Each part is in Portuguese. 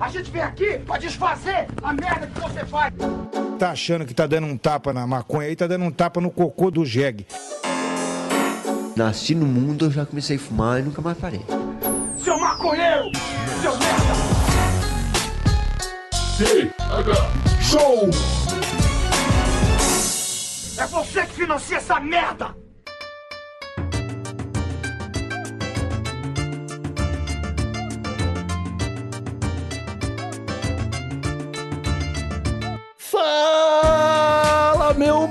A gente vem aqui pra desfazer a merda que você faz. Tá achando que tá dando um tapa na maconha aí, tá dando um tapa no cocô do jegue. Nasci no mundo, eu já comecei a fumar e nunca mais parei. Seu maconheiro! Seu merda! Show! É você que financia essa merda! Fala, meu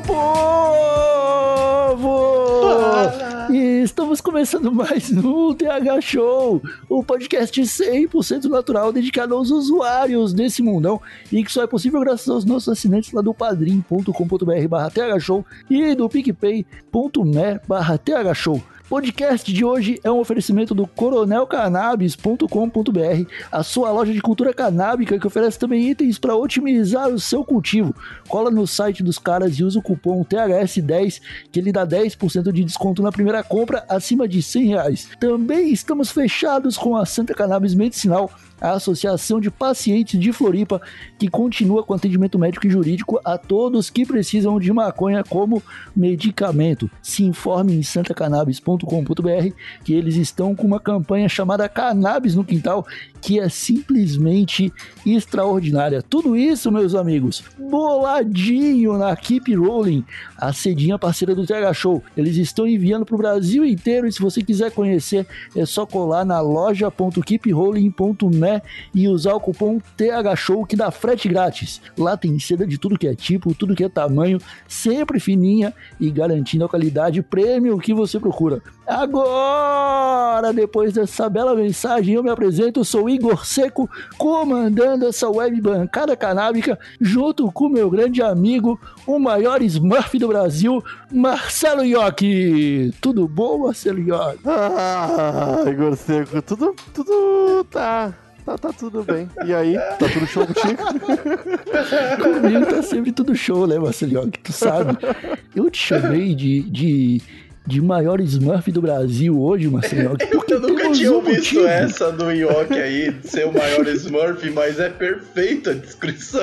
povo! E estamos começando mais um TH Show, o podcast 100% natural dedicado aos usuários desse mundão e que só é possível graças aos nossos assinantes lá do padrim.com.br/thshow e do picpay.me/thshow. O podcast de hoje é um oferecimento do coronelcannabis.com.br, a sua loja de cultura canábica que oferece também itens para otimizar o seu cultivo. Cola no site dos caras e usa o cupom THS10 que ele dá 10% de desconto na primeira compra acima de R$100. Também estamos fechados com a Santa Cannabis Medicinal, a Associação de Pacientes de Floripa, que continua com atendimento médico e jurídico a todos que precisam de maconha como medicamento. Se informe em santacannabis.com.br que eles estão com uma campanha chamada Cannabis no Quintal, que é simplesmente extraordinária. Tudo isso, meus amigos, boladinho na Keep Rolling, a cedinha parceira do TH Show. Eles estão enviando para o Brasil inteiro e se você quiser conhecer, é só colar na loja.keeprolling.me e usar o cupom THSHOW que dá frete grátis. Lá tem seda de tudo que é tipo, tudo que é tamanho, sempre fininha e garantindo a qualidade premium que você procura. Agora, depois dessa bela mensagem, eu me apresento, sou Igor Seco, comandando essa web bancada canábica, junto com meu grande amigo, o maior Smurf do Brasil, Marcelo Iocchi. Tudo bom, Marcelo Iocchi? Igor Seco, tudo tá tudo bem. E aí, tá tudo show contigo? Comigo tá sempre tudo show, né, Marcelo Iocchi? Tu sabe. Eu te chamei de maior Smurf do Brasil hoje, Marcelo. Eu nunca tinha visto essa do Iocchi aí, de ser o maior Smurf, mas é perfeita a descrição.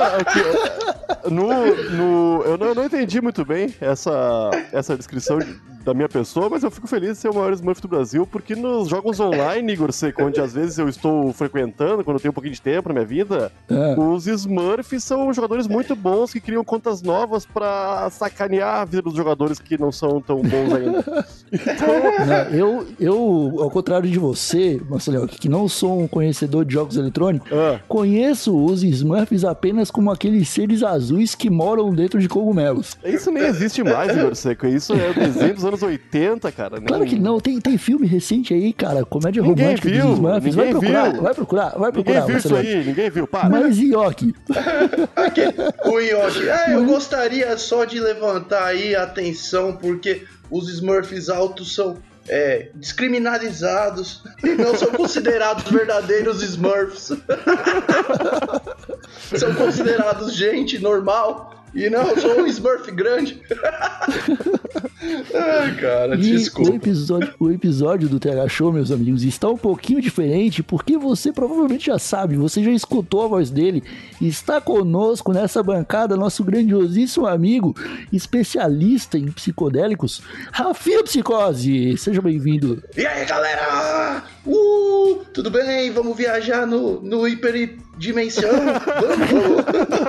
Eu não entendi muito bem essa descrição da minha pessoa, mas eu fico feliz de ser o maior Smurf do Brasil, porque nos jogos online, Igor Seco, onde às vezes eu estou frequentando, quando eu tenho um pouquinho de tempo na minha vida, os Smurfs são jogadores muito bons que criam contas novas pra sacanear a vida dos jogadores que não são tão bons ainda. Então... eu, ao contrário de você, Marcelo, que não sou um conhecedor de jogos eletrônicos, conheço os Smurfs apenas como aqueles seres azuis que moram dentro de cogumelos. Isso nem existe mais, Igor Seco. Isso é o desenho dos anos 80, cara. Claro que não. Tem filme recente aí, cara. Comédia romântica dos Smurfs. Vai procurar. Ninguém viu isso aí. Ninguém viu. Para. Mas Iocchi? O Iocchi. Eu gostaria só de levantar aí a atenção, porque os Smurfs altos são descriminalizados e não são considerados verdadeiros Smurfs. São considerados gente normal. E não, eu sou um Smurf grande. Ai, cara, desculpa. O episódio do TH Show, meus amigos, está um pouquinho diferente, porque você provavelmente já sabe, você já escutou a voz dele, está conosco nessa bancada, nosso grandiosíssimo amigo, especialista em psicodélicos, Rafinha Psicose. Seja bem-vindo. E aí, galera? Tudo bem? Vamos viajar no hiperdimensão? Vamos!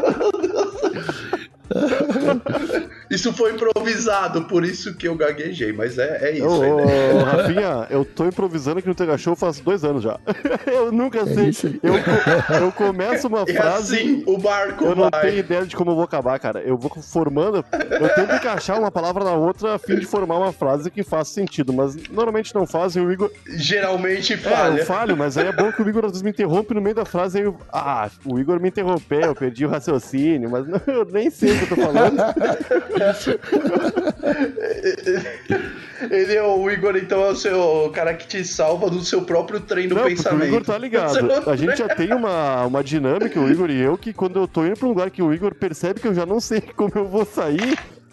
Isso foi improvisado, por isso que eu gaguejei, mas é isso aí, né? Rafinha, eu tô improvisando aqui no TH Show faz 2 anos já. Eu nunca sei. Eu começo uma frase. Assim o barco eu não tenho ideia de como eu vou acabar, cara. Eu vou formando. Eu tento encaixar uma palavra na outra a fim de formar uma frase que faça sentido, mas normalmente não faz e o Igor. Geralmente falha. Eu falho, mas aí é bom que o Igor às vezes me interrompe no meio da frase e o Igor me interrompeu, eu perdi o raciocínio, mas eu nem sei o que eu tô falando. O Igor, então, é o seu cara que te salva do seu próprio trem do pensamento. O Igor tá ligado. A gente já tem uma dinâmica, o Igor e eu, que quando eu tô indo pra um lugar que o Igor percebe que eu já não sei como eu vou sair,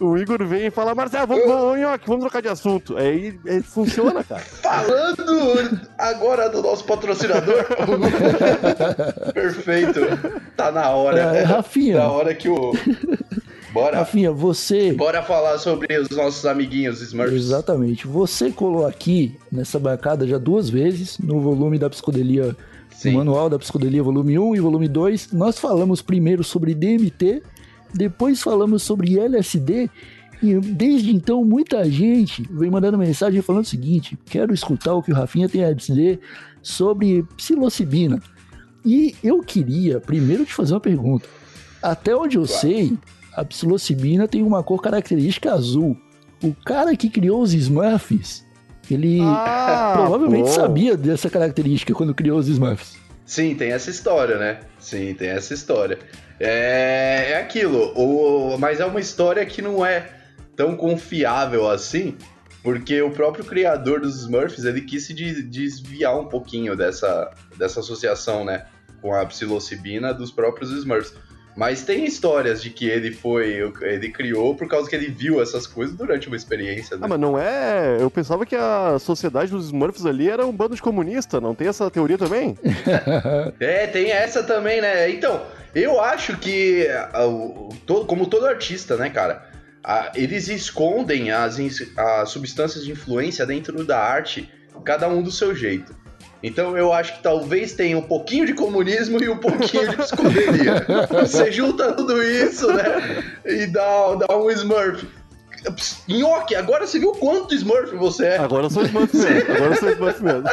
O Igor vem e fala, Marcelo, vamos trocar de assunto. Aí funciona, cara. Falando agora do nosso patrocinador. Perfeito. Tá na hora. Rafinha. Na hora que o... Bora. Rafinha, você... Bora falar sobre os nossos amiguinhos Smurfs. Exatamente. Você colou aqui nessa bancada já 2 vezes, no volume da Psicodelia, no Manual da Psicodelia, volume 1 e volume 2. Nós falamos primeiro sobre DMT, depois falamos sobre LSD, e desde então muita gente vem mandando mensagem falando o seguinte: quero escutar o que o Rafinha tem a dizer sobre psilocibina. E eu queria primeiro te fazer uma pergunta. Até onde eu sei, a psilocibina tem uma cor característica azul. O cara que criou os Smurfs, ele provavelmente sabia dessa característica quando criou os Smurfs. Sim, tem essa história, né? Sim, tem essa história. É aquilo, mas é uma história que não é tão confiável assim, porque o próprio criador dos Smurfs, ele quis se desviar um pouquinho dessa associação, né, com a psilocibina dos próprios Smurfs. Mas tem histórias de que ele criou por causa que ele viu essas coisas durante uma experiência, né? Mas não é... Eu pensava que a sociedade dos Smurfs ali era um bando de comunista, não tem essa teoria também? Tem essa também, né? Então, eu acho que, como todo artista, né, cara, eles escondem as substâncias de influência dentro da arte, cada um do seu jeito. Então eu acho que talvez tenha um pouquinho de comunismo e um pouquinho de psicodelia. Você junta tudo isso, né? E dá um Smurf. Nhoque, agora você viu quanto Smurf você é? Agora eu sou Smurf mesmo.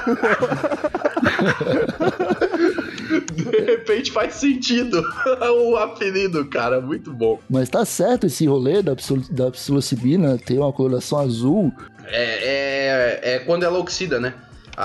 De repente faz sentido o apelido, cara. Muito bom. Mas tá certo esse rolê da psilocibina ter uma coloração azul. É quando ela oxida, né?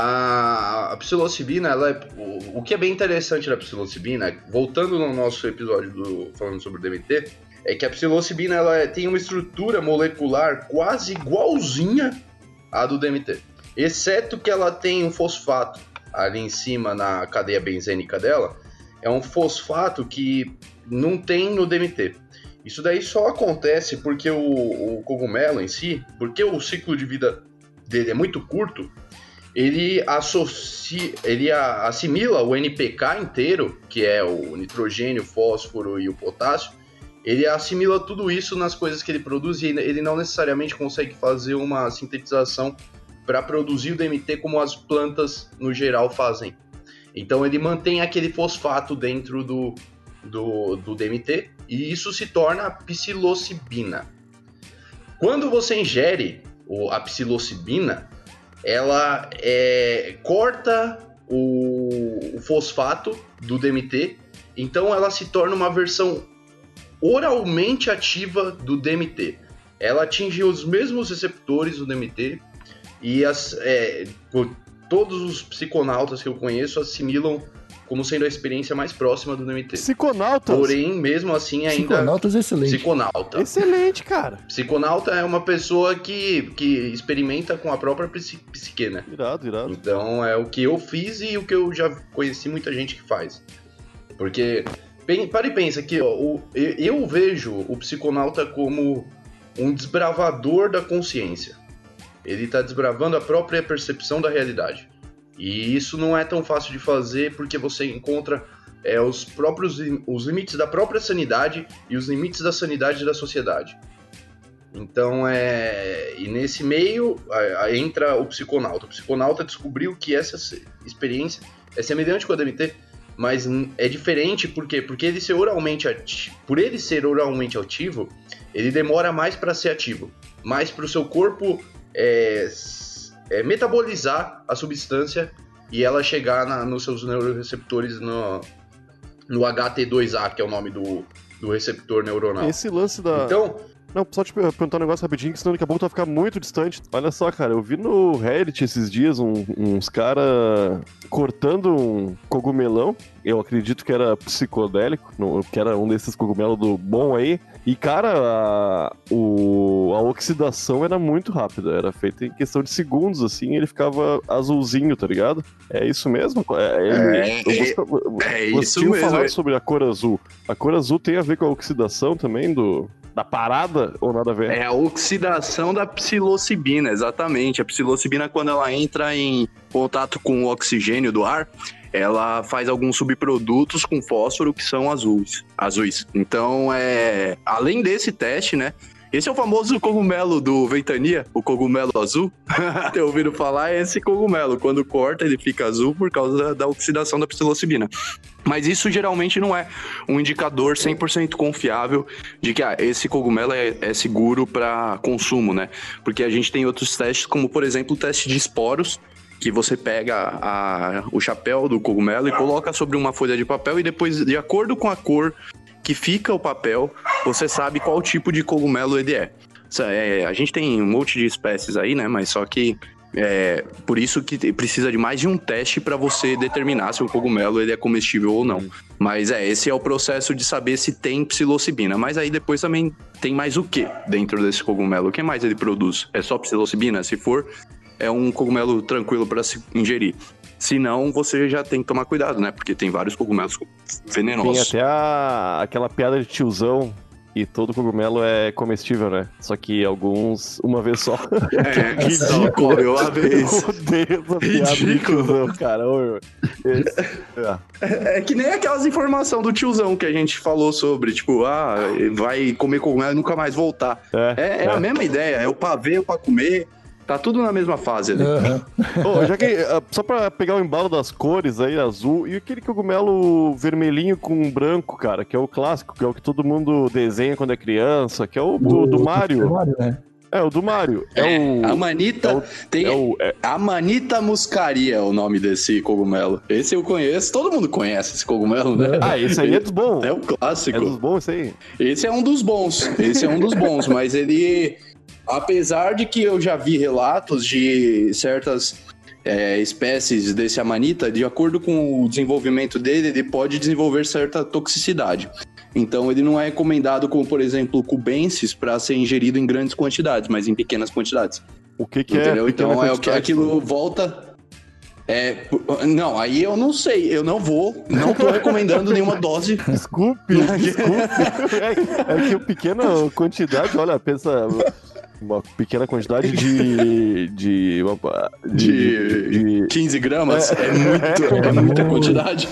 A psilocibina, o que é bem interessante da psilocibina, voltando no nosso episódio falando sobre o DMT, é que a psilocibina ela tem uma estrutura molecular quase igualzinha à do DMT, exceto que ela tem um fosfato ali em cima na cadeia benzênica dela, é um fosfato que não tem no DMT. Isso daí só acontece porque o cogumelo em si, porque o ciclo de vida dele é muito curto, ele assimila o NPK inteiro, que é o nitrogênio, o fósforo e o potássio, ele assimila tudo isso nas coisas que ele produz e ele não necessariamente consegue fazer uma sintetização para produzir o DMT como as plantas no geral fazem. Então ele mantém aquele fosfato dentro do DMT e isso se torna a psilocibina. Quando você ingere a psilocibina, ela corta o fosfato do DMT, então ela se torna uma versão oralmente ativa do DMT. Ela atinge os mesmos receptores do DMT e todos os psiconautas que eu conheço assimilam como sendo a experiência mais próxima do DMT. Psiconautas? Porém, mesmo assim, ainda... Psiconautas, excelente. Psiconauta. Excelente, cara. Psiconauta é uma pessoa que experimenta com a própria psique, né? Irado. Então, é o que eu fiz e o que eu já conheci muita gente que faz. Porque, para e pensa que eu vejo o psiconauta como um desbravador da consciência. Ele está desbravando a própria percepção da realidade. E isso não é tão fácil de fazer porque você encontra os limites da própria sanidade e os limites da sanidade da sociedade. Então, e nesse meio entra o psiconauta. O psiconauta descobriu que essa experiência é semelhante com a DMT, mas é diferente por quê? Porque ele ser oralmente ativo, ele demora mais para ser ativo, mais para o seu corpo metabolizar a substância e ela chegar nos seus neuroreceptores no HT2A, que é o nome do receptor neuronal. Esse lance da... Então... Não, só te perguntar um negócio rapidinho, que senão daqui a pouco tu vai ficar muito distante. Olha só, cara, eu vi no Reddit esses dias uns caras cortando um cogumelão. Eu acredito que era psicodélico, que era um desses cogumelos do bom aí. E, cara, a oxidação era muito rápida. Era feita em questão de segundos, assim, e ele ficava azulzinho, tá ligado? É isso mesmo? Isso mesmo. Falar sobre a cor azul. A cor azul tem a ver com a oxidação também do Da parada ou nada a ver? É a oxidação da psilocibina, exatamente. A psilocibina, quando ela entra em contato com o oxigênio do ar, ela faz alguns subprodutos com fósforo que são azuis. Então, além desse teste, né? Esse é o famoso cogumelo do Ventania, o cogumelo azul. Tem ouvido falar, é esse cogumelo. Quando corta, ele fica azul por causa da oxidação da psilocibina. Mas isso geralmente não é um indicador 100% confiável de que esse cogumelo é seguro para consumo, né? Porque a gente tem outros testes, como por exemplo o teste de esporos, que você pega o chapéu do cogumelo e coloca sobre uma folha de papel e depois, de acordo com a cor que fica o papel, você sabe qual tipo de cogumelo ele é. A gente tem um monte de espécies aí, né? Mas só que por isso que precisa de mais de um teste para você determinar se o cogumelo ele é comestível ou não. Mas esse é o processo de saber se tem psilocibina. Mas aí depois também tem mais o que dentro desse cogumelo? O que mais ele produz? É só psilocibina? Se for, é um cogumelo tranquilo para se ingerir. Se não, você já tem que tomar cuidado, né? Porque tem vários cogumelos venenosos. Tem até aquela piada de tiozão, e todo cogumelo é comestível, né? Só que alguns, uma vez só. Só comeu uma vez. Eu odeio essa piada de tiozão, cara. É que nem aquelas informações do tiozão que a gente falou sobre, tipo, vai comer cogumelo e nunca mais voltar. É a mesma ideia, é o pra ver, o pra comer. Tá tudo na mesma fase ali. Já que, só pra pegar o embalo das cores aí, azul, e aquele cogumelo vermelhinho com branco, cara, que é o clássico, que é o que todo mundo desenha quando é criança, que é o do Mario. Né? É, o do Mario. Amanita. Amanita muscaria é o nome desse cogumelo. Esse eu conheço, todo mundo conhece esse cogumelo, né? Esse aí é dos bons. É o clássico. É dos bons esse aí. Esse é um dos bons, mas ele... Apesar de que eu já vi relatos de certas espécies desse amanita, de acordo com o desenvolvimento dele, ele pode desenvolver certa toxicidade. Então ele não é recomendado como, por exemplo, o cubensis para ser ingerido em grandes quantidades, mas em pequenas quantidades. O que entendeu? é? Então aquilo volta... Não, aí eu não sei, eu não tô recomendando nenhuma dose. Desculpe. É que pequena quantidade, olha, pensa... Uma pequena quantidade de 15 gramas é muita quantidade.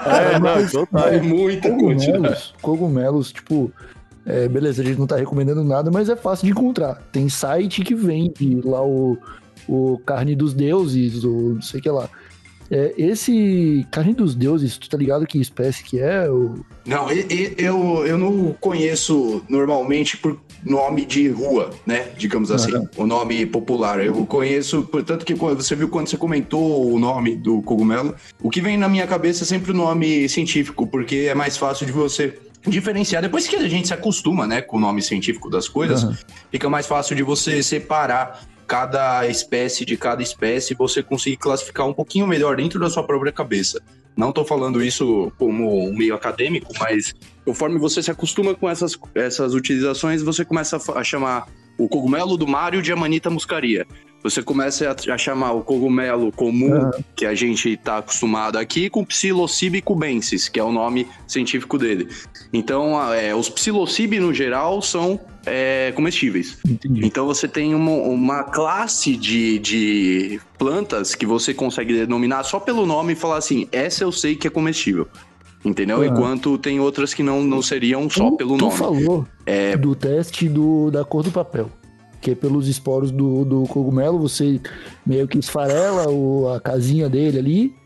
É muita quantidade. Cogumelos, tipo, beleza, a gente não tá recomendando nada, mas é fácil de encontrar. Tem site que vende lá o carne dos deuses, ou não sei o que lá. Esse carne dos deuses, tu tá ligado que espécie que é? Não, eu não conheço normalmente por nome de rua, né? Digamos assim, o nome popular. Eu conheço, portanto que você viu quando você comentou o nome do cogumelo, o que vem na minha cabeça é sempre o nome científico, porque é mais fácil de você diferenciar. Depois que a gente se acostuma, né, com o nome científico das coisas, fica mais fácil de você separar cada espécie de cada espécie, você conseguir classificar um pouquinho melhor dentro da sua própria cabeça. Não tô falando isso como um meio acadêmico, mas conforme você se acostuma com essas utilizações, você começa a chamar o cogumelo do Mario de Amanita muscaria. Você começa a chamar o cogumelo comum, que a gente tá acostumado aqui, com Psilocybe cubensis, que é o nome científico dele. Então, os Psilocybe, no geral, são comestíveis. Entendi. Então, você tem uma classe de plantas que você consegue denominar só pelo nome e falar assim, essa eu sei que é comestível. Entendeu? Enquanto tem outras que não seriam só pelo nome. Tu falou do teste da cor do papel. Que é pelos esporos do cogumelo, você meio que esfarela a casinha dele ali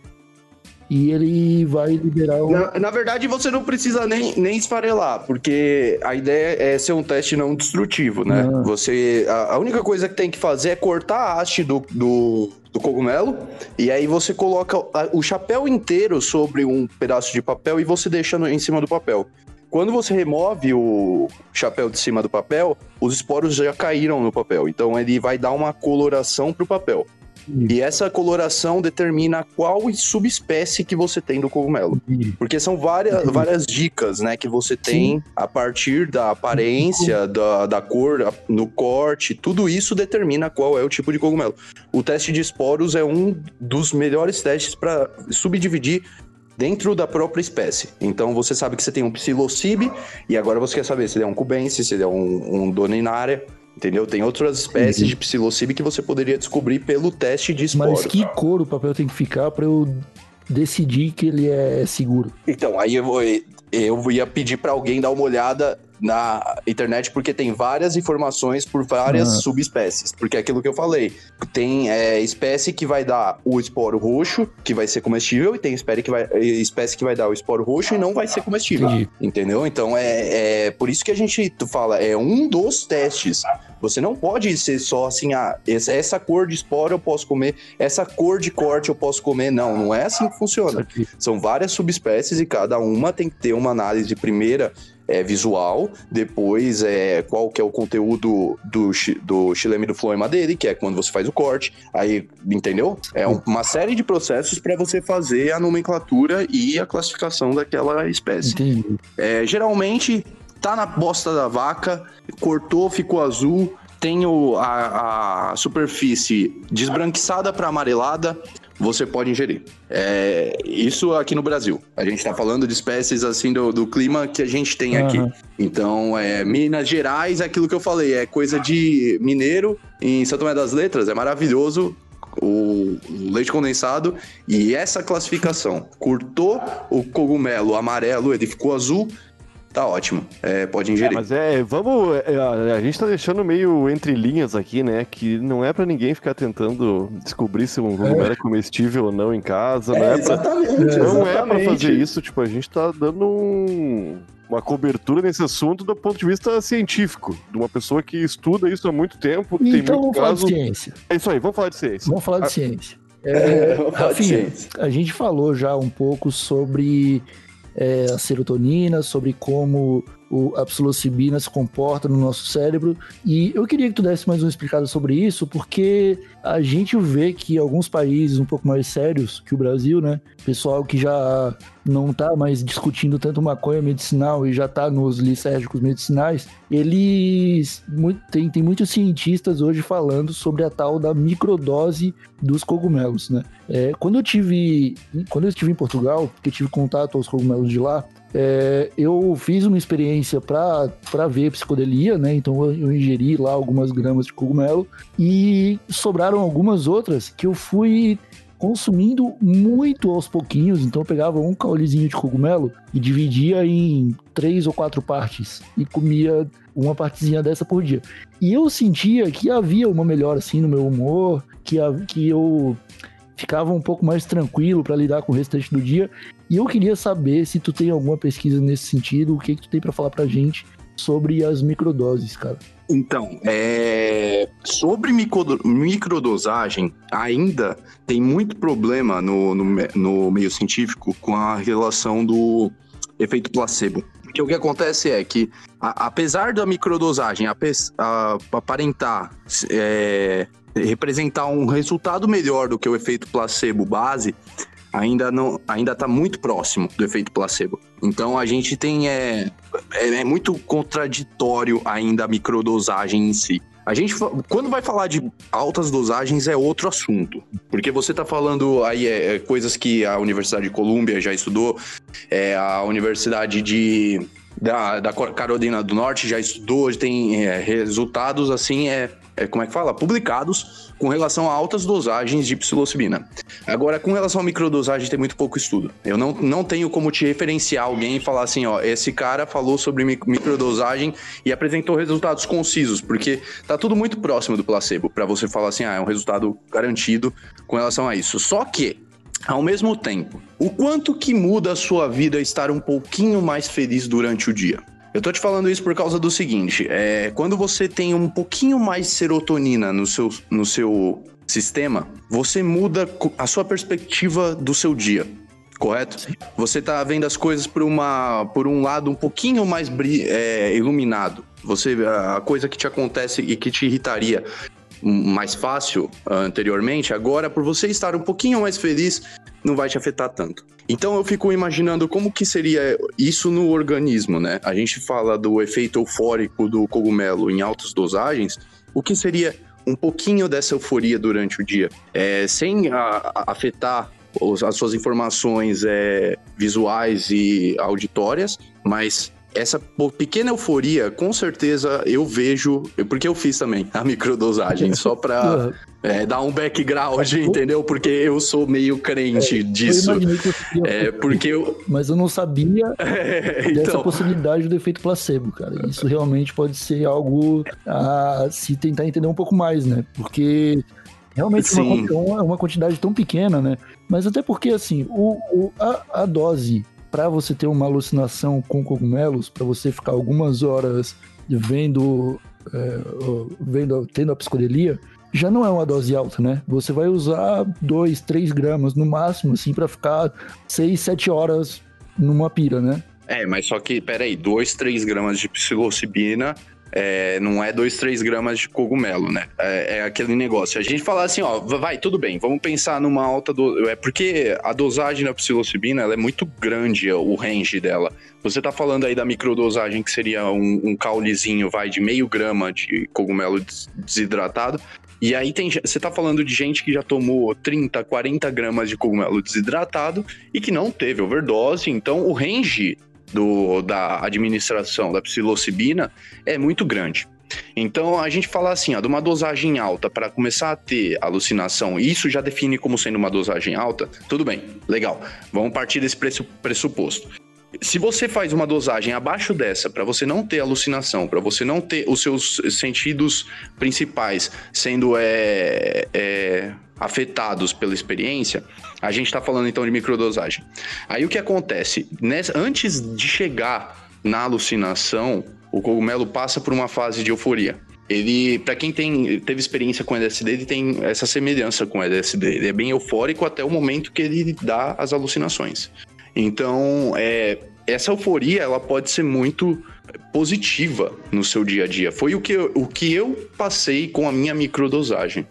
e ele vai liberar Na verdade, você não precisa nem esfarelar, porque a ideia é ser um teste não destrutivo, né? A única coisa que tem que fazer é cortar a haste do cogumelo, e aí você coloca o chapéu inteiro sobre um pedaço de papel e você deixa em cima do papel. Quando você remove o chapéu de cima do papel, os esporos já caíram no papel. Então ele vai dar uma coloração para o papel. E essa coloração determina qual subespécie que você tem do cogumelo. Porque são várias dicas, né, que você tem a partir da aparência, da cor, no corte. Tudo isso determina qual é o tipo de cogumelo. O teste de esporos é um dos melhores testes para subdividir dentro da própria espécie. Então você sabe que você tem um psilocybe e agora você quer saber se ele é um cubensis, se ele é um doninara, entendeu? Tem outras espécies de psilocybe que você poderia descobrir pelo teste de esporo. Mas que cor o papel tem que ficar pra eu decidir que ele é seguro? Então, aí eu ia pedir pra alguém dar uma olhada na internet, porque tem várias informações por várias subespécies. Porque é aquilo que eu falei. Tem espécie que vai dar o esporo roxo, que vai ser comestível, e tem espécie que vai dar o esporo roxo e não vai ser comestível. Entendi. Entendeu? Então, por isso que a gente fala, é um dos testes. Você não pode ser só assim, essa cor de esporo eu posso comer, essa cor de corte eu posso comer. Não é assim que funciona. São várias subespécies e cada uma tem que ter uma análise primeira visual, depois qual que é o conteúdo do xilema e do floema dele, que é quando você faz o corte, aí, entendeu? É uma série de processos para você fazer a nomenclatura e a classificação daquela espécie. Entendi. Geralmente, tá na bosta da vaca, cortou, ficou azul, tem a superfície desbranquiçada para amarelada, você pode ingerir. Isso aqui no Brasil. A gente tá falando de espécies assim do clima que a gente tem aqui. Então, Minas Gerais é aquilo que eu falei, é coisa de mineiro. Em São Tomé das Letras é maravilhoso o leite condensado e essa classificação. Cortou o cogumelo amarelo, ele ficou azul, tá ótimo, pode ingerir. Mas a gente tá deixando meio entre linhas aqui, né, que não é pra ninguém ficar tentando descobrir se um cogumelo é comestível ou não em casa, não é pra fazer isso, tipo, a gente tá dando uma cobertura nesse assunto do ponto de vista científico, de uma pessoa que estuda isso há muito tempo, que Então tem muito vamos falar caso... de ciência. É isso aí, vamos falar de ciência. Vamos falar de ciência. Vamos falar de Rafinha, ciência. a gente falou já um pouco sobre a serotonina, sobre como a psilocibina se comporta no nosso cérebro, e eu queria que tu desse mais uma explicada sobre isso, porque a gente vê que alguns países um pouco mais sérios que o Brasil, né, pessoal que já não tá mais discutindo tanto maconha medicinal e já tá nos lisérgicos medicinais, tem muitos cientistas hoje falando sobre a tal da microdose dos cogumelos, né? Quando eu estive em Portugal, porque eu tive contato aos cogumelos de lá, eu fiz uma experiência para ver psicodelia, né? Então eu ingeri lá algumas gramas de cogumelo e sobraram algumas outras que eu fui consumindo muito aos pouquinhos. Então eu pegava um caulezinho de cogumelo e dividia em 3 ou 4 partes e comia uma partezinha dessa por dia. E eu sentia que havia uma melhora assim no meu humor, que eu ficava um pouco mais tranquilo para lidar com o restante do dia. E eu queria saber se tu tem alguma pesquisa nesse sentido, o que tu tem para falar pra gente sobre as microdoses, cara. Então, sobre microdosagem, ainda tem muito problema no meio científico com a relação do efeito placebo. Porque o que acontece é que, apesar da microdosagem aparentar representar um resultado melhor do que o efeito placebo base, ainda está muito próximo do efeito placebo. Então a gente tem muito contraditório ainda a microdosagem em si. A gente, quando vai falar de altas dosagens, é outro assunto. Porque você está falando aí coisas que a Universidade de Colômbia já estudou, a Universidade da Carolina do Norte já estudou, tem resultados assim, como é que fala? Publicados com relação a altas dosagens de psilocibina. Agora, com relação a microdosagem, tem muito pouco estudo. Eu não tenho como te referenciar alguém e falar assim, ó, esse cara falou sobre microdosagem e apresentou resultados concisos, porque tá tudo muito próximo do placebo, para você falar assim, é um resultado garantido com relação a isso. Só que, ao mesmo tempo, o quanto que muda a sua vida estar um pouquinho mais feliz durante o dia? Eu tô te falando isso por causa do seguinte, quando você tem um pouquinho mais de serotonina no seu sistema, você muda a sua perspectiva do seu dia, correto? Sim. Você tá vendo as coisas por um lado um pouquinho mais iluminado. A coisa que te acontece e que te irritaria mais fácil anteriormente, agora por você estar um pouquinho mais feliz, não vai te afetar tanto. Então eu fico imaginando como que seria isso no organismo, né? A gente fala do efeito eufórico do cogumelo em altas dosagens, o que seria um pouquinho dessa euforia durante o dia, sem afetar as suas informações visuais e auditórias, mas essa pequena euforia, com certeza eu vejo, porque eu fiz também a microdosagem, só pra dar um background, entendeu? Porque eu sou meio crente disso. Eu imaginei que mas eu não sabia dessa possibilidade do efeito placebo, cara. Isso realmente pode ser algo a se tentar entender um pouco mais, né? Porque realmente é uma quantidade tão pequena, né? Mas até porque, assim, a dose para você ter uma alucinação com cogumelos, para você ficar algumas horas tendo a psicodelia, já não é uma dose alta, né? Você vai usar 2, 3 gramas no máximo, assim, para ficar 6, 7 horas numa pira, né? Mas só que, peraí, 2, 3 gramas de psilocibina não é 2, 3 gramas de cogumelo, né? É aquele negócio. A gente fala assim, ó, vai, tudo bem, vamos pensar numa alta dose. Porque a dosagem da psilocibina, ela é muito grande, o range dela. Você tá falando aí da microdosagem, que seria um caulezinho, de meio grama de cogumelo desidratado. E aí você tá falando de gente que já tomou 30, 40 gramas de cogumelo desidratado e que não teve overdose. Então, o range da administração da psilocibina é muito grande. Então, a gente fala assim, de uma dosagem alta para começar a ter alucinação, e isso já define como sendo uma dosagem alta, tudo bem, legal. Vamos partir desse pressuposto. Se você faz uma dosagem abaixo dessa, para você não ter alucinação, para você não ter os seus sentidos principais sendo afetados pela experiência, a gente está falando então de microdosagem. Aí o que acontece? Antes de chegar na alucinação, o cogumelo passa por uma fase de euforia. Ele, para quem teve experiência com LSD, ele tem essa semelhança com LSD. Ele é bem eufórico até o momento que ele dá as alucinações. Então, essa euforia, ela pode ser muito positiva no seu dia a dia. Foi o que eu passei com a minha microdosagem.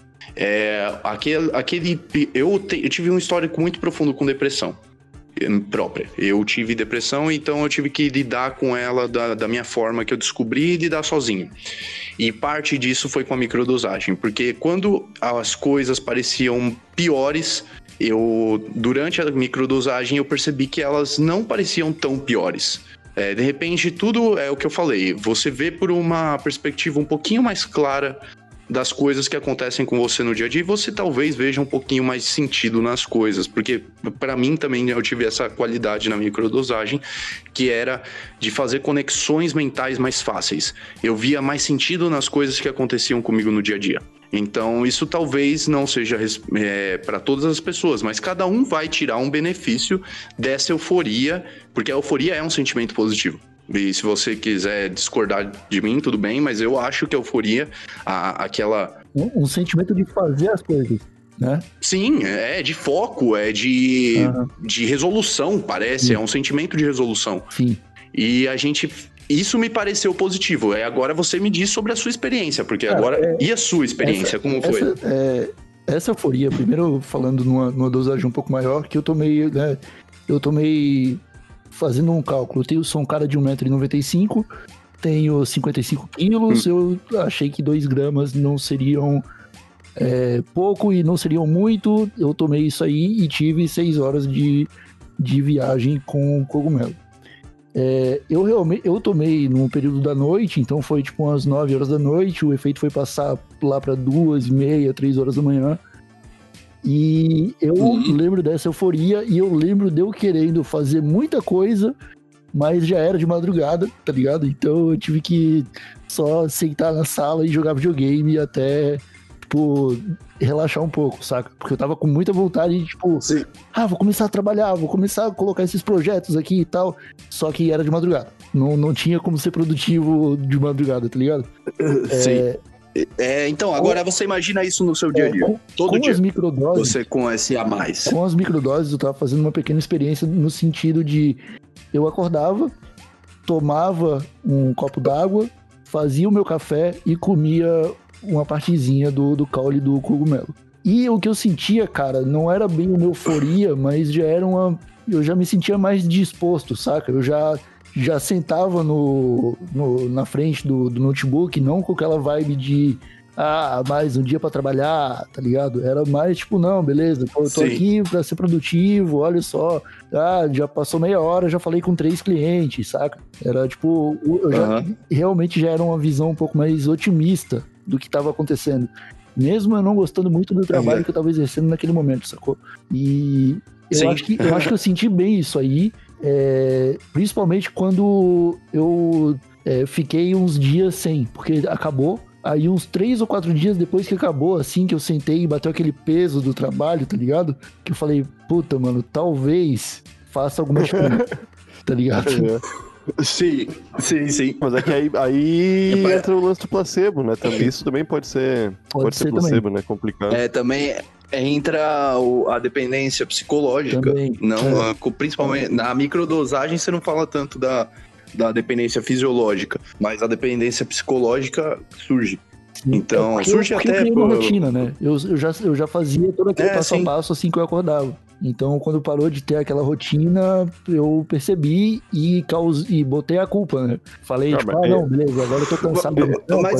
Eu tive um histórico muito profundo com depressão própria. Eu tive depressão, então eu tive que lidar com ela da minha forma que eu descobri e lidar sozinho. E parte disso foi com a microdosagem, porque quando as coisas pareciam piores, durante a microdosagem eu percebi que elas não pareciam tão piores. De repente, tudo é o que eu falei. Você vê por uma perspectiva um pouquinho mais clara das coisas que acontecem com você no dia a dia, e você talvez veja um pouquinho mais sentido nas coisas, porque para mim também eu tive essa qualidade na microdosagem, que era de fazer conexões mentais mais fáceis. Eu via mais sentido nas coisas que aconteciam comigo no dia a dia. Então isso talvez não seja para todas as pessoas, mas cada um vai tirar um benefício dessa euforia, porque a euforia é um sentimento positivo. E se você quiser discordar de mim, tudo bem, mas eu acho que a euforia, aquela... Um sentimento de fazer as coisas, né? Sim, de foco, de resolução, parece, é um sentimento de resolução. Sim. E isso me pareceu positivo. Agora você me diz sobre a sua experiência, porque agora... E a sua experiência, como foi? Essa euforia, primeiro falando numa dosagem um pouco maior, que eu tomei, né? Fazendo um cálculo, eu sou um cara de 1,95 m, tenho 55 quilos, eu achei que 2 gramas não seriam pouco e não seriam muito, eu tomei isso aí e tive 6 horas de viagem com cogumelo. Eu tomei no período da noite, então foi tipo umas 9 horas da noite, o efeito foi passar lá para 2h30, 3 horas da manhã. E eu lembro dessa euforia e eu lembro de eu querendo fazer muita coisa, mas já era de madrugada, tá ligado? Então eu tive que só sentar na sala e jogar videogame até, tipo, relaxar um pouco, saca? Porque eu tava com muita vontade de, tipo, vou começar a trabalhar, vou começar a colocar esses projetos aqui e tal. Só que era de madrugada. Não tinha como ser produtivo de madrugada, tá ligado? Sim. Então, agora você imagina isso no seu dia a dia. Todo dia. As microdoses, você com esse a mais. Com as microdoses, eu tava fazendo uma pequena experiência no sentido de... Eu acordava, tomava um copo d'água, fazia o meu café e comia uma partezinha do caule do cogumelo. E o que eu sentia, cara, não era bem uma euforia, mas já era eu já me sentia mais disposto, saca? Eu já sentava na frente do notebook, não com aquela vibe de mais um dia pra trabalhar, tá ligado? Era mais tipo, não, beleza, eu tô Sim. aqui pra ser produtivo, olha só. Já passou meia hora, já falei com 3 clientes, saca? Era tipo, realmente já era uma visão um pouco mais otimista do que tava acontecendo. Mesmo eu não gostando muito do trabalho que eu tava exercendo naquele momento, sacou? E eu acho que eu senti bem isso aí, principalmente quando eu fiquei uns dias sem, porque acabou. Aí uns 3 ou 4 dias depois que acabou, assim, que eu sentei e bateu aquele peso do trabalho, tá ligado? Que eu falei, puta, mano, talvez faça alguma diferença, tá ligado? Sim. Mas é que aí entra o lance do placebo, né? Isso também pode ser placebo, também. Né? Complicado. Também entra a dependência psicológica. Também. Não, principalmente na microdosagem você não fala tanto da dependência fisiológica, mas a dependência psicológica surge. Então, surge até... Eu uma rotina, né? Eu já fazia todo aquele passo a passo assim que eu acordava. Então, quando parou de ter aquela rotina, eu percebi e botei a culpa, né? Falei, não, beleza, agora eu tô cansado. Mas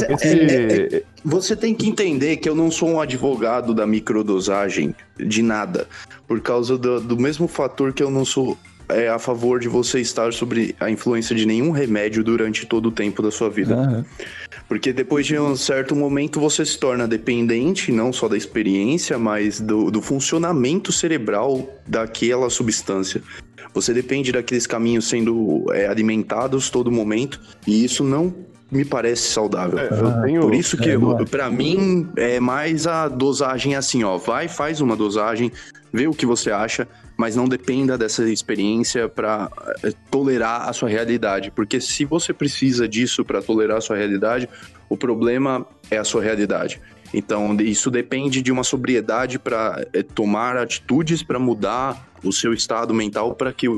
você tem que entender que eu não sou um advogado da microdosagem de nada, por causa do mesmo fator que eu não sou a favor de você estar sobre a influência de nenhum remédio durante todo o tempo da sua vida. Porque depois de um certo momento você se torna dependente, não só da experiência, mas do funcionamento cerebral daquela substância. Você depende daqueles caminhos sendo alimentados todo momento, e isso não me parece saudável. Por isso que, pra mim, é mais a dosagem assim, ó. Vai, faz uma dosagem, vê o que você acha, mas não dependa dessa experiência para tolerar a sua realidade. Porque se você precisa disso para tolerar a sua realidade, o problema é a sua realidade. Então, isso depende de uma sobriedade para tomar atitudes para mudar o seu estado mental para que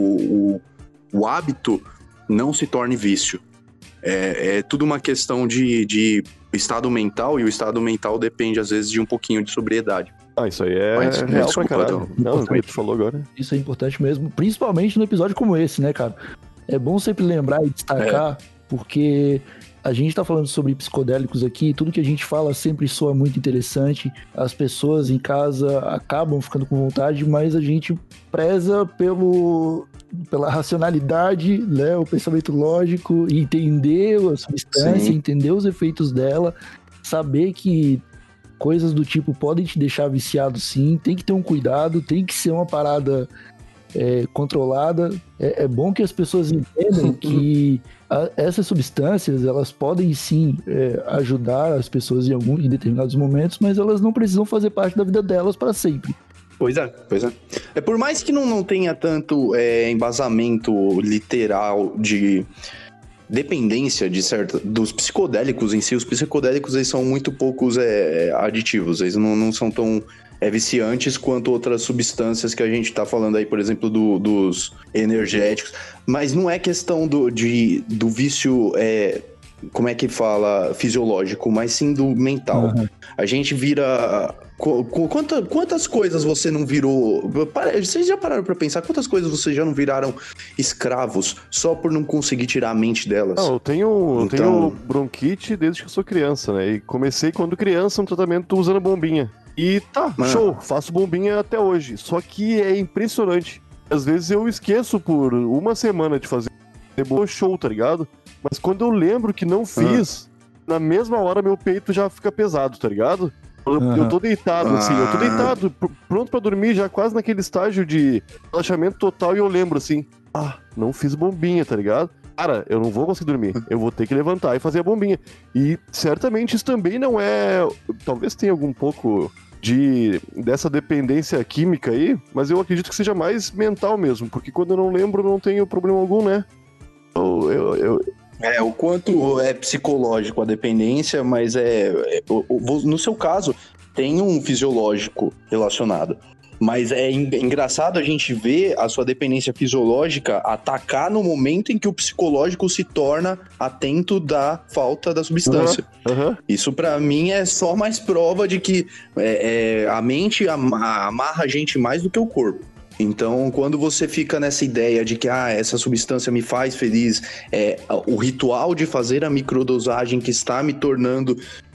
o hábito não se torne vício. É tudo uma questão de estado mental, e o estado mental depende, às vezes, de um pouquinho de sobriedade. Isso aí é real pra caralho. Não, o que tu falou agora. Isso é importante mesmo, principalmente no episódio como esse, né, cara? É bom sempre lembrar e destacar, porque a gente tá falando sobre psicodélicos aqui, tudo que a gente fala sempre soa muito interessante, as pessoas em casa acabam ficando com vontade, mas a gente preza pela racionalidade, né, o pensamento lógico, entender a substância, entender os efeitos dela, saber que coisas do tipo podem te deixar viciado sim, tem que ter um cuidado, tem que ser uma parada controlada. É bom que as pessoas entendam que essas substâncias, elas podem sim ajudar as pessoas em determinados momentos, mas elas não precisam fazer parte da vida delas para sempre. Pois é. Por mais que não tenha tanto embasamento literal de dependência dos psicodélicos em si, os psicodélicos eles são muito poucos aditivos, eles não são tão viciantes quanto outras substâncias que a gente tá falando aí, por exemplo, dos energéticos, mas não é questão do vício, como é que fala, fisiológico, mas sim do mental. A gente vira... Quantas coisas você não virou... Vocês já pararam pra pensar quantas coisas vocês já não viraram escravos só por não conseguir tirar a mente delas? Não, eu tenho bronquite desde que eu sou criança, né? E comecei quando criança um tratamento usando bombinha. E show, faço bombinha até hoje. Só que é impressionante. Às vezes eu esqueço por uma semana de fazer show, tá ligado? Mas quando eu lembro que não fiz, na mesma hora meu peito já fica pesado, tá ligado? Eu tô deitado, assim, pronto pra dormir, já quase naquele estágio de relaxamento total, e eu lembro assim, não fiz bombinha, tá ligado? Cara, eu não vou conseguir dormir, eu vou ter que levantar e fazer a bombinha. E certamente isso também não é... Talvez tenha algum pouco dessa dependência química aí, mas eu acredito que seja mais mental mesmo, porque quando eu não lembro, não tenho problema algum, né? O quanto é psicológico a dependência, mas no seu caso, tem um fisiológico relacionado. Mas é engraçado a gente ver a sua dependência fisiológica atacar no momento em que o psicológico se torna atento da falta da substância. Isso pra mim é só mais prova de que a mente amarra a gente mais do que o corpo. Então, quando você fica nessa ideia de que essa substância me faz feliz, o ritual de fazer a microdosagem que está me tornando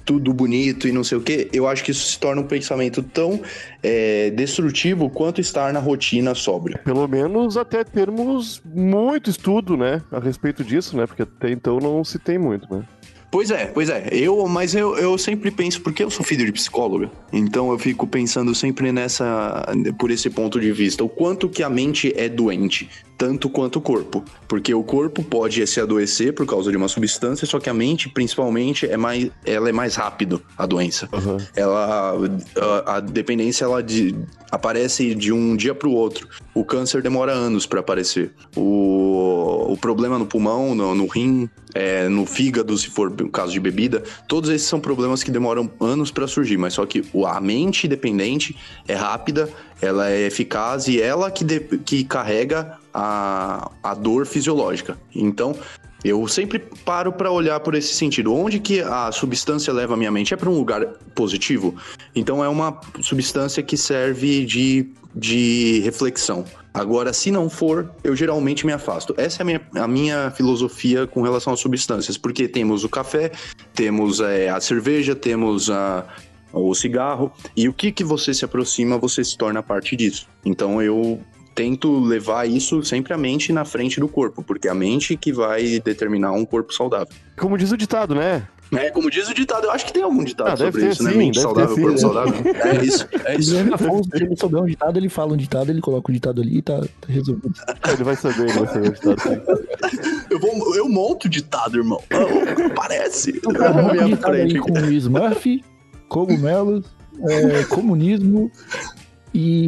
tudo bonito e não sei o quê, eu acho que isso se torna um pensamento tão destrutivo quanto estar na rotina sóbrio. Pelo menos até termos muito estudo, né, a respeito disso, né, porque até então não se tem muito, né. Pois é. Mas eu sempre penso, porque eu sou filho de psicóloga, então eu fico pensando sempre por esse ponto de vista, o quanto que a mente é doente, tanto quanto o corpo. Porque o corpo pode se adoecer por causa de uma substância, só que a mente, principalmente, ela é mais rápido, a doença. Uhum. A dependência, aparece de um dia para o outro. O câncer demora anos para aparecer. O problema no pulmão, no rim, no fígado, se for o caso de bebida, todos esses são problemas que demoram anos para surgir, mas só que a mente dependente é rápida, ela é eficaz e ela que carrega a dor fisiológica. Então, eu sempre paro para olhar por esse sentido. Onde que a substância leva a minha mente? É para um lugar positivo? Então, é uma substância que serve de reflexão. Agora, se não for, eu geralmente me afasto. Essa é a minha filosofia com relação às substâncias, porque temos o café, temos a cerveja, temos o cigarro, e o que você se aproxima, você se torna parte disso. Então, eu tento levar isso sempre a mente na frente do corpo, porque é a mente que vai determinar um corpo saudável. Como diz o ditado, né? Como diz o ditado, eu acho que tem algum ditado sobre isso, sim, né? Mente saudável, corpo saudável. É isso. Se ele souber um ditado, ele fala um ditado, ele coloca um ditado ali e tá resolvido. Ele vai saber o ditado. Eu monto ditado, irmão. Parece. Vamos minha ditado aí com Smurf, cogumelos, comunismo e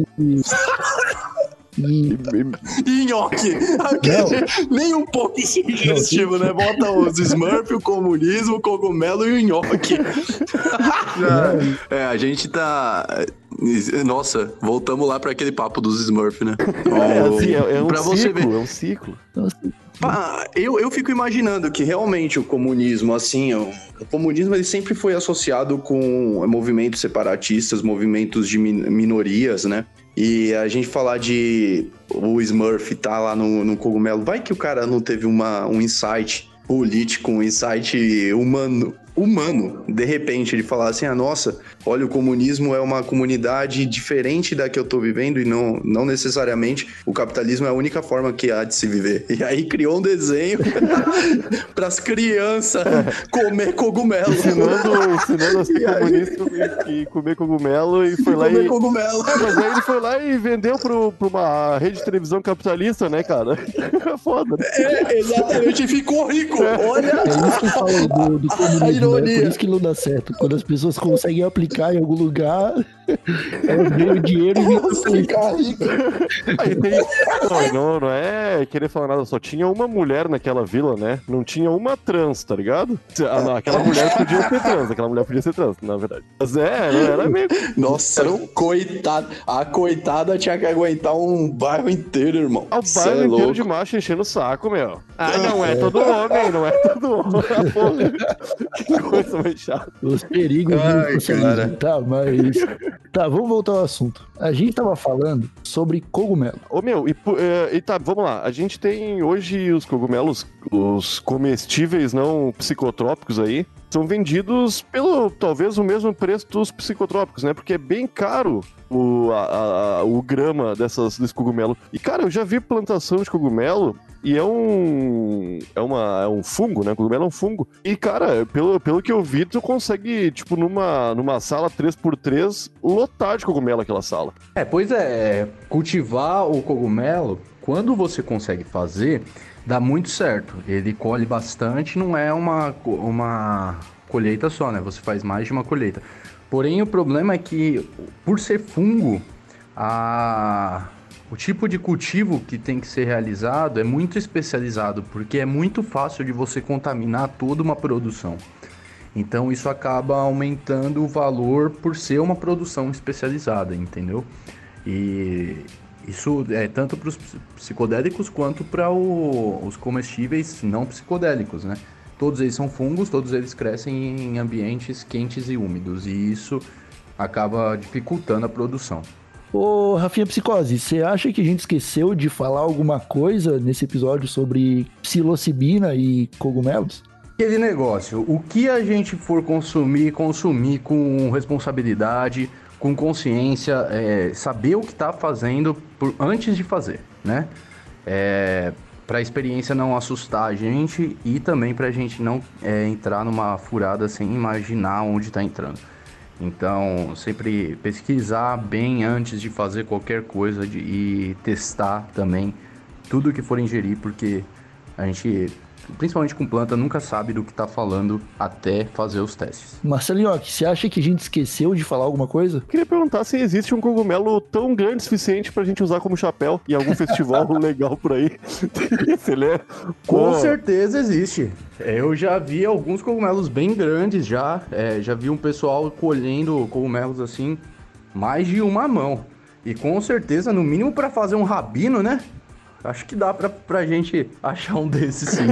nhoque. Nem um pouco sugestivo, né? Bota os Smurf, o comunismo, o cogumelo e o nhoque. A gente tá... Nossa, voltamos lá pra aquele papo dos Smurf, né? É um ciclo. Eu fico imaginando que realmente o comunismo, assim, o comunismo ele sempre foi associado com movimentos separatistas, movimentos de minorias, né? E a gente falar de o Smurf tá lá no cogumelo, vai que o cara não teve um insight político, um insight humano, de repente ele falar assim, nossa, olha, o comunismo é uma comunidade diferente da que eu tô vivendo e não necessariamente o capitalismo é a única forma que há de se viver. E aí criou um desenho pras crianças comer cogumelo. Ensinando a ser comunista e comer cogumelo e foi lá cogumelo. Mas aí ele foi lá e vendeu pra uma rede de televisão capitalista, né, cara? É foda, né? Exatamente, e ficou rico. Olha! É isso que eu falo do comunismo. Por isso que não dá certo. Quando as pessoas conseguem aplicar em algum lugar, elas ganham dinheiro e não ficar rico. Não é querer falar nada, só tinha uma mulher naquela vila, né? Não tinha uma trans, tá ligado? Aquela mulher podia ser trans, na verdade. Mas era meio... Nossa, a coitada tinha que aguentar um bairro inteiro, irmão. O bairro inteiro de macho enchendo o saco, meu. Não é todo homem. Porra. Que coisa mais chata. Os perigos do socialismo. Tá, vamos voltar ao assunto. A gente tava falando sobre cogumelo. Vamos lá. A gente tem hoje os cogumelos, os comestíveis não psicotrópicos aí, são vendidos pelo, talvez, o mesmo preço dos psicotrópicos, né? Porque é bem caro o grama desse cogumelo. E, cara, eu já vi plantação de cogumelo e é um fungo, né? Cogumelo é um fungo. E, cara, pelo que eu vi, tu consegue, tipo, numa sala 3x3, lotar de cogumelo aquela sala. Pois é. Cultivar o cogumelo, quando você consegue fazer, dá muito certo. Ele colhe bastante, não é uma colheita só, né? Você faz mais de uma colheita. Porém, o problema é que, por ser fungo, o tipo de cultivo que tem que ser realizado é muito especializado, porque é muito fácil de você contaminar toda uma produção. Então, isso acaba aumentando o valor por ser uma produção especializada, entendeu? E isso é tanto para os psicodélicos quanto para os comestíveis não psicodélicos, né? Todos eles são fungos, todos eles crescem em ambientes quentes e úmidos, e isso acaba dificultando a produção. Ô, Rafinha Psicose, você acha que a gente esqueceu de falar alguma coisa nesse episódio sobre psilocibina e cogumelos? Aquele negócio, o que a gente for consumir com responsabilidade, com consciência, saber o que está fazendo antes de fazer, né? Para a experiência não assustar a gente e também para a gente não entrar numa furada sem imaginar onde está entrando. Então, sempre pesquisar bem antes de fazer qualquer coisa e testar também tudo que for ingerir, porque a gente, principalmente com planta, nunca sabe do que tá falando até fazer os testes. Marcelinho, você acha que a gente esqueceu de falar alguma coisa? Queria perguntar se existe um cogumelo tão grande o suficiente pra gente usar como chapéu em algum festival legal por aí. Se ele é... Com certeza existe. Eu já vi alguns cogumelos bem grandes já vi um pessoal colhendo cogumelos assim, mais de uma mão. E com certeza, no mínimo para fazer um rabino, né? Acho que dá pra gente achar um desses, sim.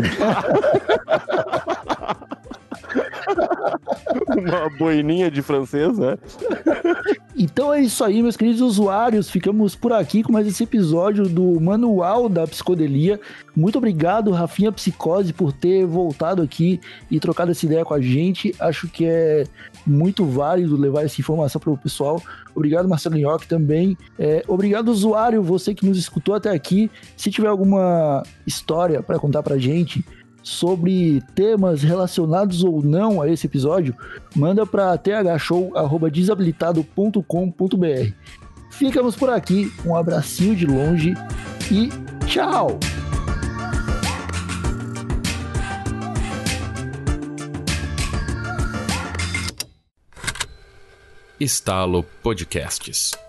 Uma boininha de francês, né? Então é isso aí, meus queridos usuários. Ficamos por aqui com mais esse episódio do Manual da Psicodelia. Muito obrigado, Rafinha Psicose, por ter voltado aqui e trocado essa ideia com a gente. Acho que é muito válido levar essa informação para o pessoal. Obrigado, Marcelo Nhoque, também. Obrigado, usuário, você que nos escutou até aqui. Se tiver alguma história para contar pra gente sobre temas relacionados ou não a esse episódio, manda para thshow@desabilitado.com.br. Ficamos por aqui, um abracinho de longe e tchau! Estalo Podcasts.